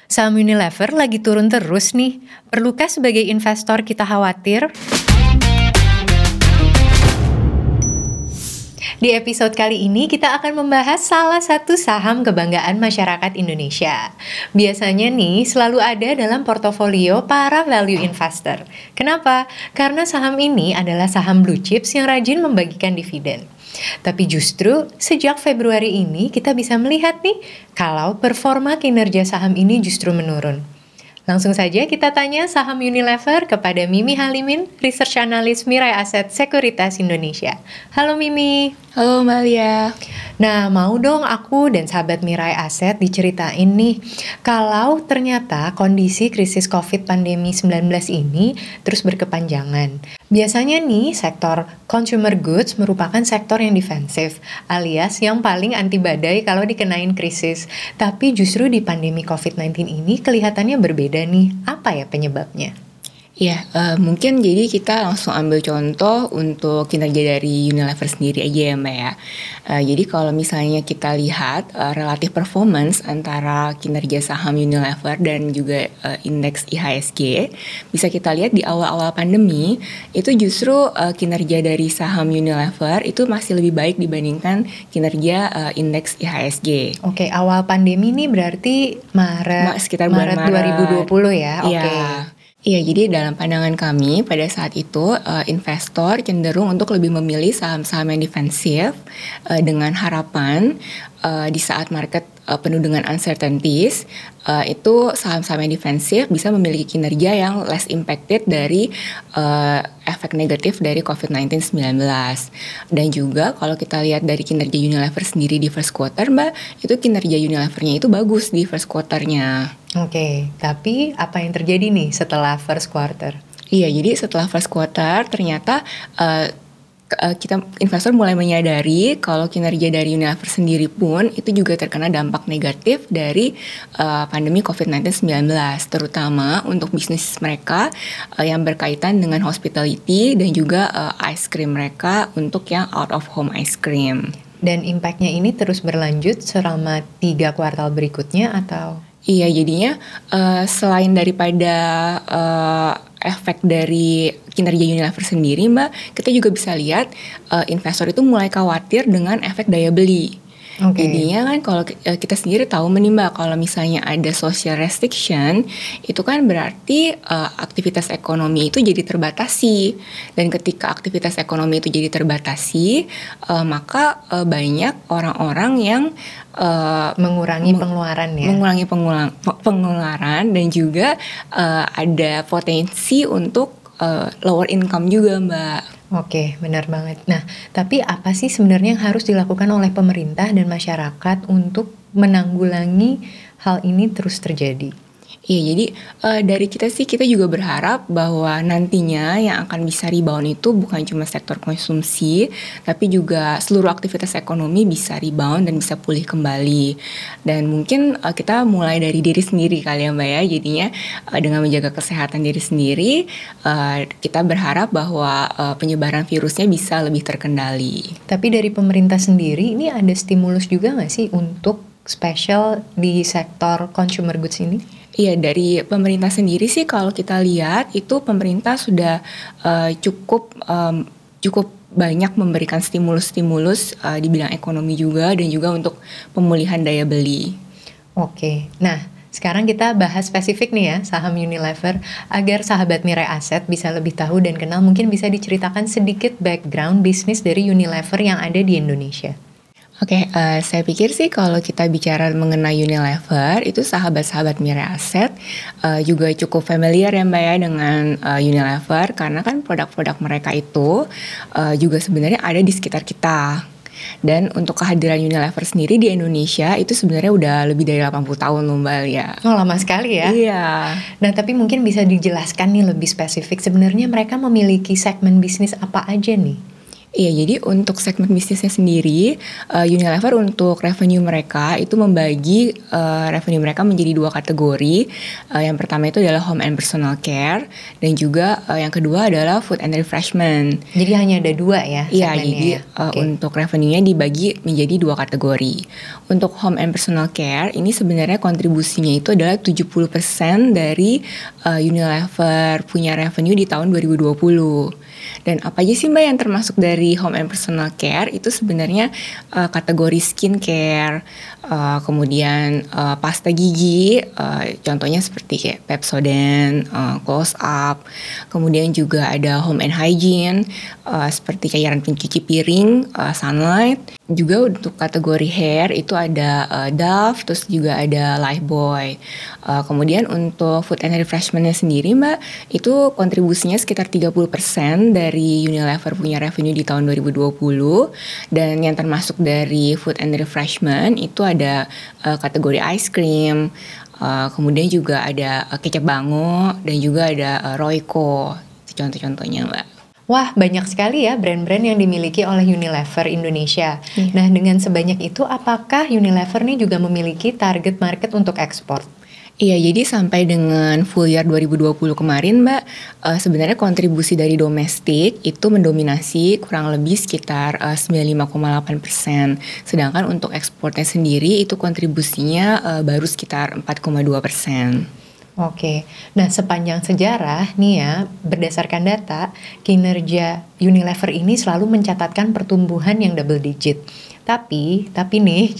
Saham Unilever lagi turun terus nih. Perlukah sebagai investor kita khawatir? Di episode kali ini kita akan membahas salah satu saham kebanggaan masyarakat Indonesia. Biasanya nih selalu ada dalam portofolio para value investor. Kenapa? Karena saham ini adalah saham blue chips yang rajin membagikan dividen. Tapi justru sejak Februari ini kita bisa melihat nih kalau performa kinerja saham ini justru menurun. Langsung saja kita tanya saham Unilever kepada Mimi Halimin, Research Analyst Mirae Asset Sekuritas Indonesia. Halo Mimi. Halo Mbak Lia. Nah, mau dong aku dan sahabat Mirae Asset diceritain nih, kalau ternyata kondisi krisis COVID pandemi 19 ini terus berkepanjangan. Biasanya nih, sektor consumer goods merupakan sektor yang defensif, alias yang paling anti badai kalau dikenain krisis. Tapi justru di pandemi COVID-19 ini kelihatannya berbeda nih. Apa ya penyebabnya? Ya, mungkin jadi kita langsung ambil contoh untuk kinerja dari Unilever sendiri aja ya Mbak ya. Jadi kalau misalnya kita lihat relatif performance antara kinerja saham Unilever dan juga indeks IHSG, bisa kita lihat di awal-awal pandemi itu justru kinerja dari saham Unilever itu masih lebih baik dibandingkan kinerja indeks IHSG. Oke, awal pandemi ini berarti sekitar bulan Maret 2020 ya? Oke. Iya, jadi dalam pandangan kami pada saat itu investor cenderung untuk lebih memilih saham-saham yang defensif dengan harapan di saat market penuh dengan uncertainties, itu saham-saham yang defensif bisa memiliki kinerja yang less impacted dari efek negatif dari COVID-19. Dan juga kalau kita lihat dari kinerja Unilever sendiri di first quarter Mbak, itu kinerja Unilevernya itu bagus di first quarternya. Oke, tapi apa yang terjadi nih setelah first quarter? Iya, jadi setelah first quarter ternyata kita investor mulai menyadari kalau kinerja dari Unilever sendiri pun itu juga terkena dampak negatif dari pandemi COVID-19, terutama untuk bisnis mereka yang berkaitan dengan hospitality dan juga ice cream mereka untuk yang out of home ice cream. Dan impactnya ini terus berlanjut selama 3 kuartal berikutnya atau? Iya, jadinya selain daripada efek dari kinerja Unilever sendiri Mbak, kita juga bisa lihat investor itu mulai khawatir dengan efek daya beli. Okay. Jadinya kan kalau kita sendiri tahu Mbak, kalau misalnya ada social restriction, itu kan berarti aktivitas ekonomi itu jadi terbatasi. Dan ketika aktivitas ekonomi itu jadi terbatasi, maka banyak orang-orang yang mengurangi pengeluaran ya. Mengurangi pengeluaran dan juga ada potensi untuk lower income juga Mbak. Oke, benar banget. Nah, tapi apa sih sebenarnya yang harus dilakukan oleh pemerintah dan masyarakat untuk menanggulangi hal ini terus terjadi? Iya, jadi dari kita juga berharap bahwa nantinya yang akan bisa rebound itu bukan cuma sektor konsumsi, tapi juga seluruh aktivitas ekonomi bisa rebound dan bisa pulih kembali. Dan mungkin kita mulai dari diri sendiri kali ya Mbak ya, jadinya dengan menjaga kesehatan diri sendiri, kita berharap bahwa penyebaran virusnya bisa lebih terkendali. Tapi dari pemerintah sendiri, ini ada stimulus juga nggak sih untuk spesial di sektor consumer goods ini? Iya, dari pemerintah sendiri sih kalau kita lihat itu pemerintah sudah cukup banyak memberikan stimulus-stimulus di bidang ekonomi juga dan juga untuk pemulihan daya beli. Oke, nah sekarang kita bahas spesifik nih ya saham Unilever agar sahabat Mirae Asset bisa lebih tahu dan kenal. Mungkin bisa diceritakan sedikit background bisnis dari Unilever yang ada di Indonesia. Oke, saya pikir sih kalau kita bicara mengenai Unilever, itu sahabat-sahabat Mirae Asset juga cukup familiar ya Mbak ya dengan Unilever, karena kan produk-produk mereka itu juga sebenarnya ada di sekitar kita. Dan untuk kehadiran Unilever sendiri di Indonesia itu sebenarnya udah lebih dari 80 tahun loh Mbak ya. Oh, lama sekali ya. Iya. Nah, tapi mungkin bisa dijelaskan nih lebih spesifik, sebenarnya mereka memiliki segmen bisnis apa aja nih? Iya, jadi untuk segmen bisnisnya sendiri, Unilever untuk revenue mereka itu membagi revenue mereka menjadi dua kategori. Yang pertama itu adalah home and personal care, dan juga yang kedua adalah food and refreshment. Jadi hanya ada dua ya Iya, segmennya jadi ya? Oke. untuk revenue-nya dibagi menjadi dua kategori. Untuk home and personal care, ini sebenarnya kontribusinya itu adalah 70% dari Unilever punya revenue di tahun 2020. Dan apa aja sih Mbak yang termasuk dari home and personal care? Itu sebenarnya kategori skincare, kemudian pasta gigi, contohnya seperti kayak Pepsodent, Close Up, kemudian juga ada home and hygiene, seperti cairan pencuci piring, Sunlight. Juga untuk kategori hair itu ada Dove, terus juga ada Lifebuoy. Kemudian untuk food and refreshment-nya sendiri Mbak, itu kontribusinya sekitar 30% dari Unilever punya revenue di tahun 2020. Dan yang termasuk dari food and refreshment itu ada kategori ice cream, kemudian juga ada kecap Bango, dan juga ada Royco. Itu contoh-contohnya Mbak. Wah, banyak sekali ya brand-brand yang dimiliki oleh Unilever Indonesia. Nah, dengan sebanyak itu, apakah Unilever nih juga memiliki target market untuk ekspor? Iya, jadi sampai dengan full year 2020 kemarin Mbak, sebenarnya kontribusi dari domestik itu mendominasi kurang lebih sekitar 95,8%. Sedangkan untuk ekspornya sendiri itu kontribusinya baru sekitar 4,2%. Oke, nah sepanjang sejarah nih ya, berdasarkan data, kinerja Unilever ini selalu mencatatkan pertumbuhan yang double digit. Tapi nih,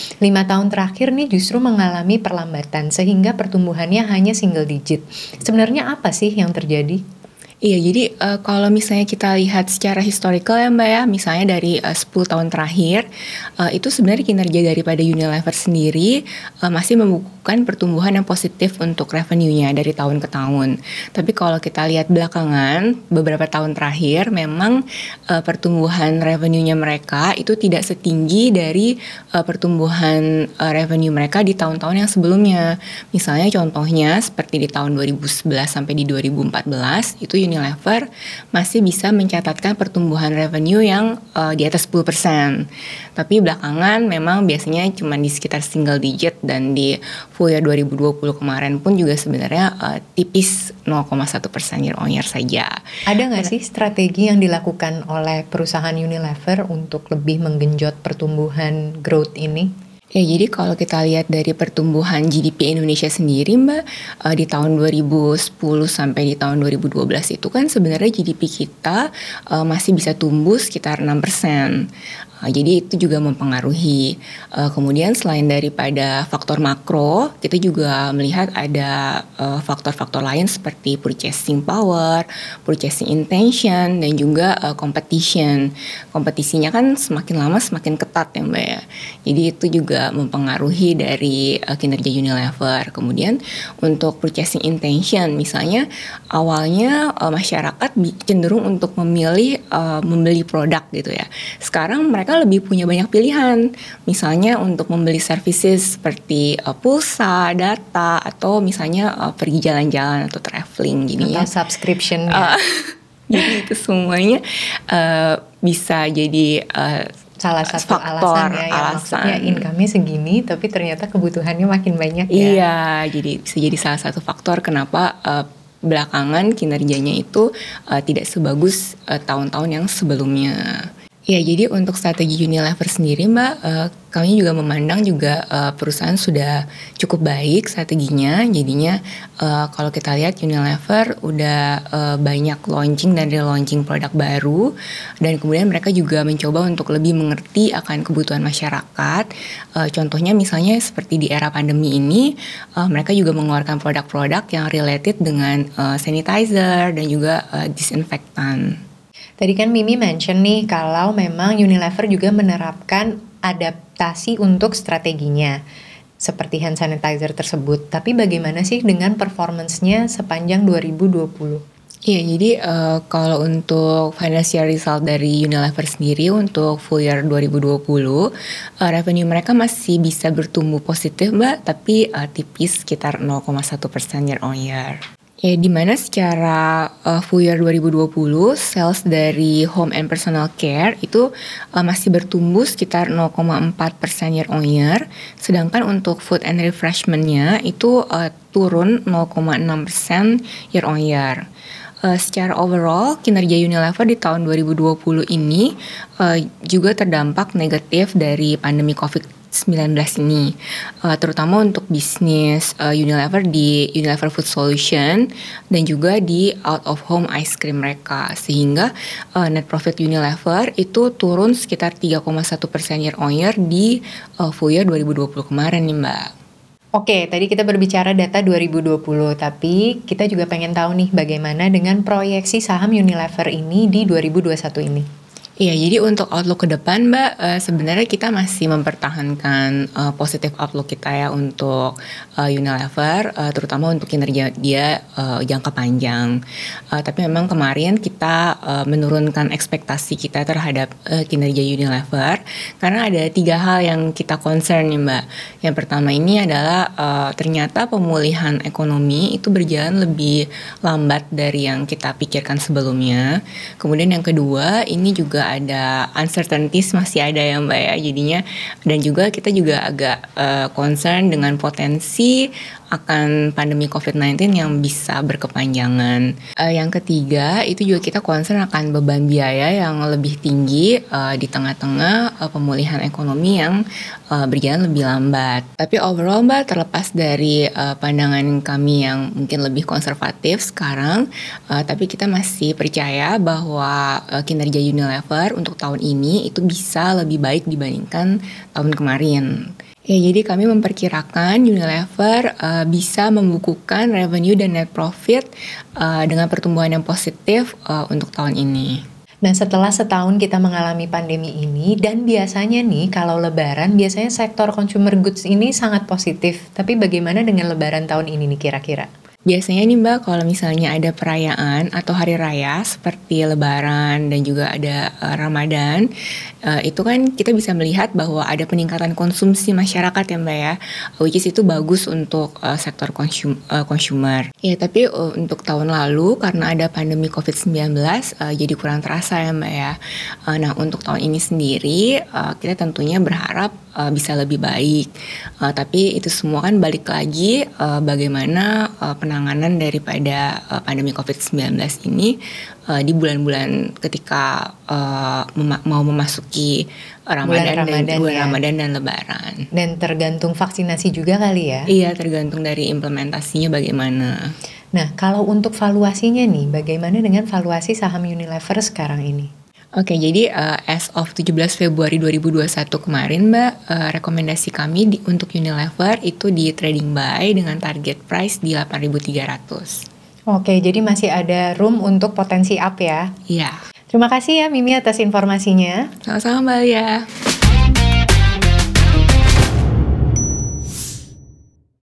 5 tahun terakhir nih justru mengalami perlambatan sehingga pertumbuhannya hanya single digit. Sebenarnya apa sih yang terjadi? Iya, jadi kalau misalnya kita lihat secara historical ya Mbak ya, misalnya dari 10 tahun terakhir, itu sebenarnya kinerja daripada Unilever sendiri masih membukukan pertumbuhan yang positif untuk revenue-nya dari tahun ke tahun. Tapi kalau kita lihat belakangan, beberapa tahun terakhir, memang pertumbuhan revenue-nya mereka itu tidak setinggi dari pertumbuhan revenue mereka di tahun-tahun yang sebelumnya. Misalnya contohnya seperti di tahun 2011 sampai di 2014, itu Unilever masih bisa mencatatkan pertumbuhan revenue yang di atas 10%. Tapi belakangan memang biasanya cuma di sekitar single digit, dan di full year 2020 kemarin pun juga sebenarnya tipis 0,1% year on year saja. Ada nggak sih strategi yang dilakukan oleh perusahaan Unilever untuk lebih menggenjot pertumbuhan growth ini? Ya, jadi kalau kita lihat dari pertumbuhan GDP Indonesia sendiri Mbak, di tahun 2010 sampai di tahun 2012 itu kan sebenarnya GDP kita masih bisa tumbuh sekitar 6%. Jadi itu juga mempengaruhi. Kemudian selain daripada faktor makro, kita juga melihat ada faktor-faktor lain seperti purchasing power, purchasing intention, dan juga competition. Kompetisinya kan semakin lama semakin ketat ya Mbak ya. Jadi itu juga mempengaruhi dari kinerja Unilever. Kemudian untuk purchasing intention, misalnya awalnya masyarakat cenderung untuk memilih membeli produk gitu ya. Sekarang mereka lebih punya banyak pilihan, misalnya untuk membeli services seperti pulsa, data, atau misalnya pergi jalan-jalan atau traveling jadinya. Atau subscription. Jadi itu semuanya bisa jadi salah satu faktor alasan ya, maksudnya income-nya segini tapi ternyata kebutuhannya makin banyak ya. Iya, jadi bisa jadi salah satu faktor kenapa belakangan kinerjanya itu tidak sebagus tahun-tahun yang sebelumnya. Ya, jadi untuk strategi Unilever sendiri Mbak, kami juga memandang juga perusahaan sudah cukup baik strateginya. Jadinya kalau kita lihat Unilever udah banyak launching dan relaunching produk baru, dan kemudian mereka juga mencoba untuk lebih mengerti akan kebutuhan masyarakat. Contohnya misalnya seperti di era pandemi ini, mereka juga mengeluarkan produk-produk yang related dengan sanitizer dan juga disinfektan. Tadi kan Mimi mention nih kalau memang Unilever juga menerapkan adaptasi untuk strateginya seperti hand sanitizer tersebut. Tapi bagaimana sih dengan performance-nya sepanjang 2020? Iya, jadi kalau untuk financial result dari Unilever sendiri untuk full year 2020, revenue mereka masih bisa bertumbuh positif Mbak, tapi tipis sekitar 0,1% year on year. Ya, di mana secara full year 2020 sales dari home and personal care itu masih bertumbuh sekitar 0,4% year on year, sedangkan untuk food and refreshment-nya itu turun 0,6% year on year. Secara overall, kinerja Unilever di tahun 2020 ini juga terdampak negatif dari pandemi COVID-19 ini, terutama untuk bisnis Unilever di Unilever Food Solution dan juga di out of home ice cream mereka, sehingga net profit Unilever itu turun sekitar 3,1% year on year di full year 2020 kemarin nih Mbak. Oke, tadi kita berbicara data 2020, tapi kita juga pengen tahu nih bagaimana dengan proyeksi saham Unilever ini di 2021 ini. Iya, jadi untuk outlook ke depan, Mbak, sebenarnya kita masih mempertahankan positif outlook kita ya untuk Unilever, terutama untuk kinerja dia jangka panjang. Tapi memang kemarin kita menurunkan ekspektasi kita terhadap kinerja Unilever karena ada 3 hal yang kita concern nih, Mbak. Yang pertama ini adalah ternyata pemulihan ekonomi itu berjalan lebih lambat dari yang kita pikirkan sebelumnya. Kemudian yang kedua, ini juga ada uncertainties masih ada ya Mbak ya, jadinya dan juga kita juga agak concern dengan potensi akan pandemi COVID-19 yang bisa berkepanjangan. Yang ketiga itu juga kita concern akan beban biaya yang lebih tinggi di tengah-tengah pemulihan ekonomi yang berjalan lebih lambat. Tapi overall Mbak, terlepas dari pandangan kami yang mungkin lebih konservatif sekarang, tapi kita masih percaya bahwa kinerja Unilever untuk tahun ini itu bisa lebih baik dibandingkan tahun kemarin. Ya, jadi kami memperkirakan Unilever bisa membukukan revenue dan net profit dengan pertumbuhan yang positif untuk tahun ini. Nah, setelah setahun kita mengalami pandemi ini, dan biasanya nih kalau lebaran, biasanya sektor consumer goods ini sangat positif. Tapi bagaimana dengan lebaran tahun ini nih kira-kira? Biasanya nih Mbak, kalau misalnya ada perayaan atau hari raya seperti Lebaran dan juga ada Ramadan, itu kan kita bisa melihat bahwa ada peningkatan konsumsi masyarakat ya Mbak ya, which is itu bagus untuk sektor consumer. Ya, tapi untuk tahun lalu karena ada pandemi COVID-19 jadi kurang terasa ya Mbak ya. Nah, untuk tahun ini sendiri kita tentunya berharap bisa lebih baik. Tapi itu semua kan balik lagi bagaimana penanganan daripada pandemi COVID-19 ini di bulan-bulan ketika mau memasuki Ramadan dan Lebaran. Dan tergantung vaksinasi juga kali ya? Iya, tergantung dari implementasinya bagaimana. Nah, kalau untuk valuasinya nih, bagaimana dengan valuasi saham Unilever sekarang ini? Oke, jadi as of 17 Februari 2021 kemarin Mbak, rekomendasi kami untuk Unilever itu di trading buy dengan target price di 8.300. Oke, jadi masih ada room untuk potensi up ya? Iya. Terima kasih ya Mimi atas informasinya. Sama-sama Mbak ya.